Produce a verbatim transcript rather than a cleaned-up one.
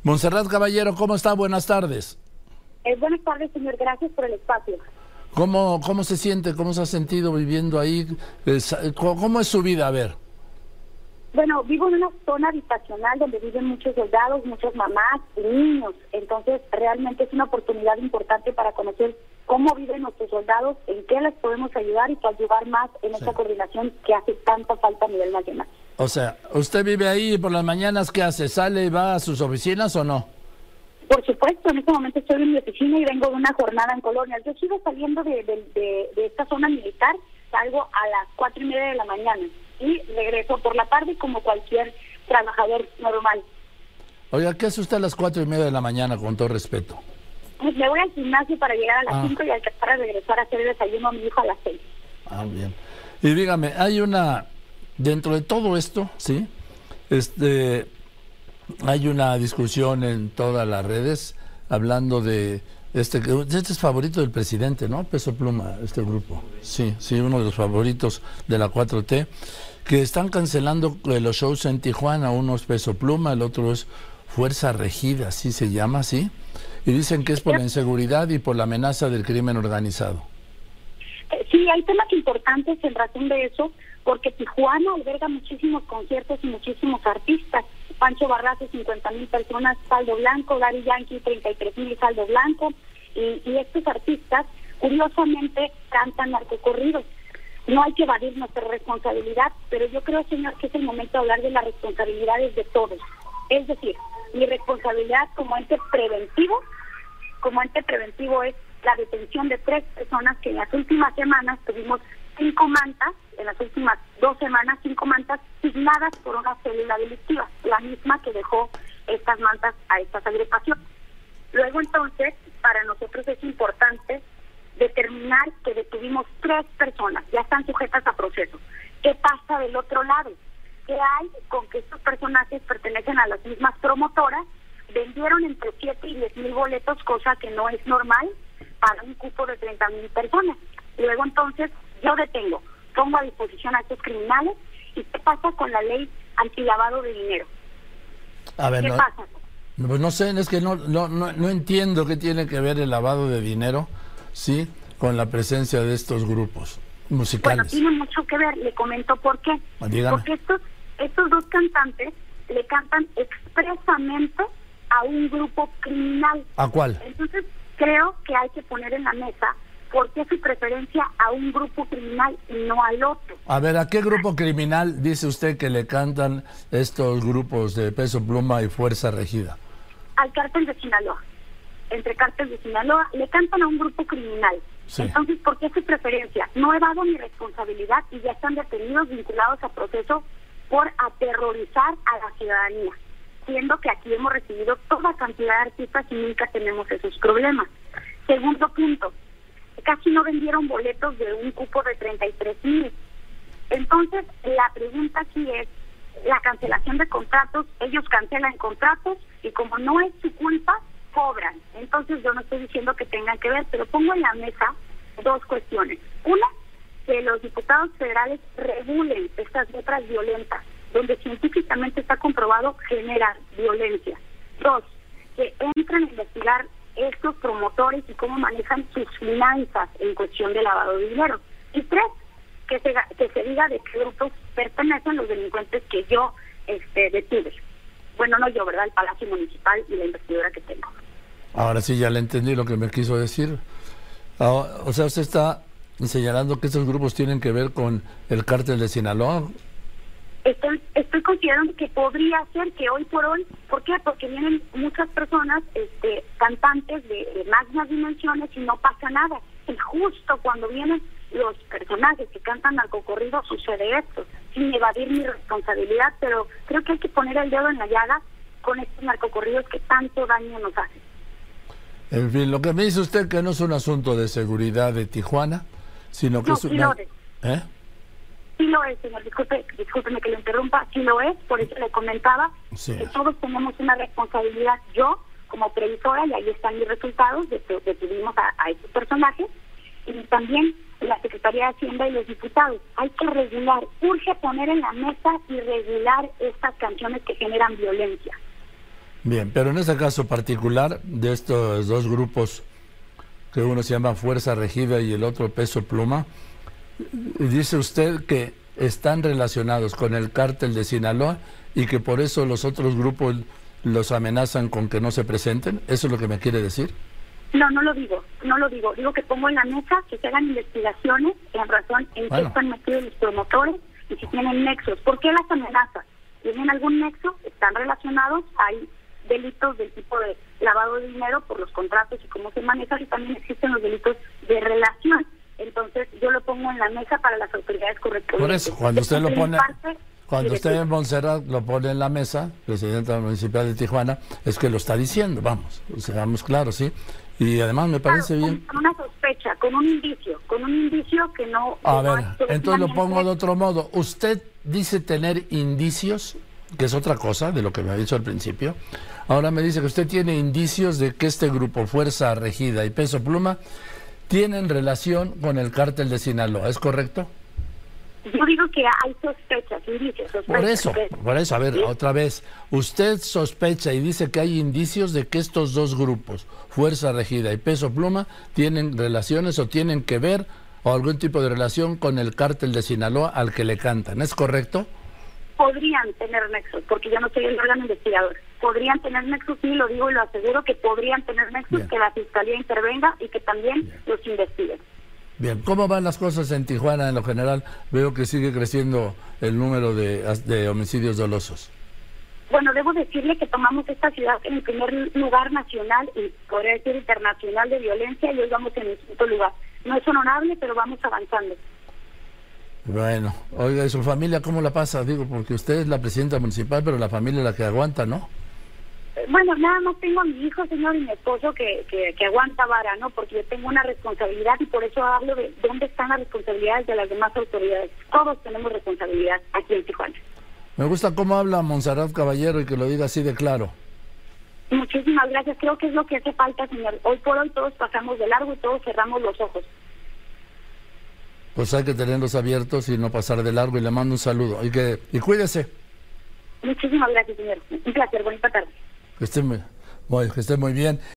Montserrat Caballero, ¿cómo está? Buenas tardes. Eh, buenas tardes, señor. Gracias por el espacio. ¿Cómo, cómo se siente? ¿Cómo se ha sentido viviendo ahí? ¿Cómo es su vida? A ver. Bueno, vivo en una zona habitacional donde viven muchos soldados, muchas mamás y niños. Entonces, realmente es una oportunidad importante para conocer cómo viven nuestros soldados, en qué les podemos ayudar y para ayudar más en esta sí. coordinación que hace tanta falta a nivel nacional. O sea, ¿usted vive ahí y por las mañanas qué hace? ¿Sale y va a sus oficinas o no? Por supuesto, en este momento estoy en mi oficina y vengo de una jornada en colonias. Yo sigo saliendo de, de, de, de esta zona militar, salgo a las cuatro y media de la mañana y regreso por la tarde como cualquier trabajador normal. Oiga, ¿qué hace usted a las cuatro y media de la mañana, con todo respeto? Pues me voy al gimnasio para llegar a las ah. cinco y alcanzar a regresar a hacer el desayuno a mi hijo a las seis. Ah, bien. Y dígame, hay una, dentro de todo esto, ¿sí? Este... Hay una discusión en todas las redes hablando de este, este es favorito del presidente, ¿no? Peso Pluma, este grupo. Sí, sí, uno de los favoritos de la cuatro T, que están cancelando los shows en Tijuana. Uno es Peso Pluma, el otro es Fuerza Regida, así se llama, ¿sí? Y dicen que es por la inseguridad y por la amenaza del crimen organizado. Sí, hay temas importantes en razón de eso, porque Tijuana alberga muchísimos conciertos y muchísimos artistas. Pancho Barraza, cincuenta mil personas, saldo blanco, Daddy Yankee, treinta y tres mil, saldo blanco, y, y estos artistas, curiosamente, cantan narcocorridos. No hay que evadir nuestra responsabilidad, pero yo creo, señor, que es el momento de hablar de las responsabilidades de todos. Es decir, mi responsabilidad como ente preventivo, como ente preventivo es la detención de tres personas que en las últimas semanas tuvimos cinco mantas, en las últimas dos semanas, cinco mantas signadas por una célula delictiva, la misma que dejó estas mantas a estas agrupaciones. Luego, entonces, para nosotros es importante determinar que detuvimos tres personas, ya están sujetas a proceso. ¿Qué pasa del otro lado? ¿Qué hay con que estos personajes pertenecen a las mismas promotoras? Vendieron entre siete y diez mil boletos, cosa que no es normal para un cupo de treinta mil personas. Luego, entonces, yo detengo, pongo a disposición a estos criminales. ¿Y qué pasa con la ley antilavado de dinero? A ver, ¿Qué no, pasa? Pues no sé, es que no, no, no, no entiendo qué tiene que ver el lavado de dinero, ¿sí?, con la presencia de estos grupos musicales. Bueno, tiene mucho que ver, le comento por qué. Dígame. Porque estos, estos dos cantantes le cantan expresamente a un grupo criminal. ¿A cuál? Entonces, creo que hay que poner en la mesa por qué su preferencia a un grupo criminal y no al otro. A ver, ¿a qué grupo criminal dice usted que le cantan estos grupos de Peso Pluma y Fuerza Regida? Al cártel de Sinaloa. Entre cártel de Sinaloa le cantan a un grupo criminal. Sí. Entonces, ¿por qué su preferencia? No he dado mi responsabilidad y ya están detenidos, vinculados a proceso por aterrorizar a la ciudadanía, siendo que aquí hemos recibido toda cantidad de artistas y nunca tenemos esos problemas. Segundo punto, casi no vendieron boletos de un cupo de treinta y tres mil. Entonces, la pregunta aquí es, la cancelación de contratos, ellos cancelan contratos y como no es su culpa, cobran. Entonces, yo no estoy diciendo que tengan que ver, pero pongo en la mesa dos cuestiones. Una, que los diputados federales regulen estas letras violentas, donde científicamente está comprobado generan violencia. Dos, que entren a investigar estos promotores y cómo manejan sus finanzas en cuestión de lavado de dinero. Y tres, que se, que se diga de qué grupos pertenecen los delincuentes que yo este, detuve. Bueno, no yo, ¿verdad? El Palacio Municipal y la investigadora que tengo. Ahora sí, ya le entendí lo que me quiso decir. O sea, usted está señalando que estos grupos tienen que ver con el cártel de Sinaloa. Estoy, estoy considerando que podría ser que hoy por hoy, ¿por qué? Porque vienen muchas personas, este, cantantes de, de magnas dimensiones y no pasa nada. Y justo cuando vienen los personajes que cantan narcocorrido sucede esto, sin evadir mi responsabilidad, pero creo que hay que poner el dedo en la llaga con estos narcocorridos que tanto daño nos hacen. En fin, lo que me dice usted que no es un asunto de seguridad de Tijuana, sino que no, es sí una... Lo es. ¿Eh? Sí lo es, señor, disculpe, discúlpeme que lo interrumpa, sí lo es, por eso le comentaba sí. que todos tenemos una responsabilidad. Yo, como previsora, y ahí están mis resultados, detuvimos a, a estos personajes, y también la Secretaría de Hacienda y los diputados. Hay que regular, urge poner en la mesa y regular estas canciones que generan violencia. Bien, pero en este caso particular de estos dos grupos, que uno se llama Fuerza Regida y el otro Peso Pluma, dice usted que están relacionados con el cártel de Sinaloa y que por eso los otros grupos los amenazan con que no se presenten. ¿Eso es lo que me quiere decir? No, no lo digo, no lo digo. Digo que pongo en la mesa que se hagan investigaciones en razón en bueno. qué están metidos los promotores y si tienen nexos. ¿Por qué las amenazas? ¿Tienen algún nexo? ¿Están relacionados? Hay delitos del tipo de lavado de dinero por los contratos y cómo se manejan, y también existen los delitos de relación. Entonces yo lo pongo en la mesa para las autoridades correspondientes. Por eso, cuando usted lo pone, parte, cuando usted en Montserrat lo pone en la mesa, presidenta municipal de Tijuana, es que lo está diciendo, vamos, seamos claros, ¿sí? Y además me parece claro, bien. Con una sospecha, con un indicio, con un indicio que no... A que no ver, es entonces lo pongo de otro modo. Usted dice tener indicios, que es otra cosa de lo que me ha dicho al principio. Ahora me dice que usted tiene indicios de que este grupo Fuerza Regida y Peso Pluma tienen relación con el cártel de Sinaloa, ¿es correcto? Yo digo que hay sospechas, indicios, sospechas. Por eso, que... por eso, a ver, ¿sí? Otra vez, usted sospecha y dice que hay indicios de que estos dos grupos, Fuerza Regida y Peso Pluma, tienen relaciones o tienen que ver o algún tipo de relación con el cártel de Sinaloa al que le cantan, ¿es correcto? Podrían tener nexos, porque yo no soy el órgano investigador. Podrían tener nexos, sí, lo digo y lo aseguro, que podrían tener nexos, bien. Que la Fiscalía intervenga y que también bien. Los investigue. Bien, ¿cómo van las cosas en Tijuana en lo general? Veo que sigue creciendo el número de, de homicidios dolosos. Bueno, debo decirle que tomamos esta ciudad en el primer lugar nacional y podría decir internacional de violencia, y hoy vamos en el quinto lugar. No es honorable, pero vamos avanzando. Bueno, oiga, ¿y su familia cómo la pasa? Digo, porque usted es la presidenta municipal, pero la familia es la que aguanta, ¿no? Bueno, nada más tengo a mi hijo, señor, y mi esposo que, que, que aguanta vara, ¿no? Porque yo tengo una responsabilidad y por eso hablo de dónde están las responsabilidades de las demás autoridades. Todos tenemos responsabilidad aquí en Tijuana. Me gusta cómo habla Montserrat Caballero y que lo diga así de claro. Muchísimas gracias. Creo que es lo que hace falta, señor. Hoy por hoy todos pasamos de largo y todos cerramos los ojos. Pues hay que tenerlos abiertos y no pasar de largo, y le mando un saludo. Y que y cuídese. Muchísimas gracias, señor. Un placer. Bonita tarde. Que esté muy, muy, que esté muy bien.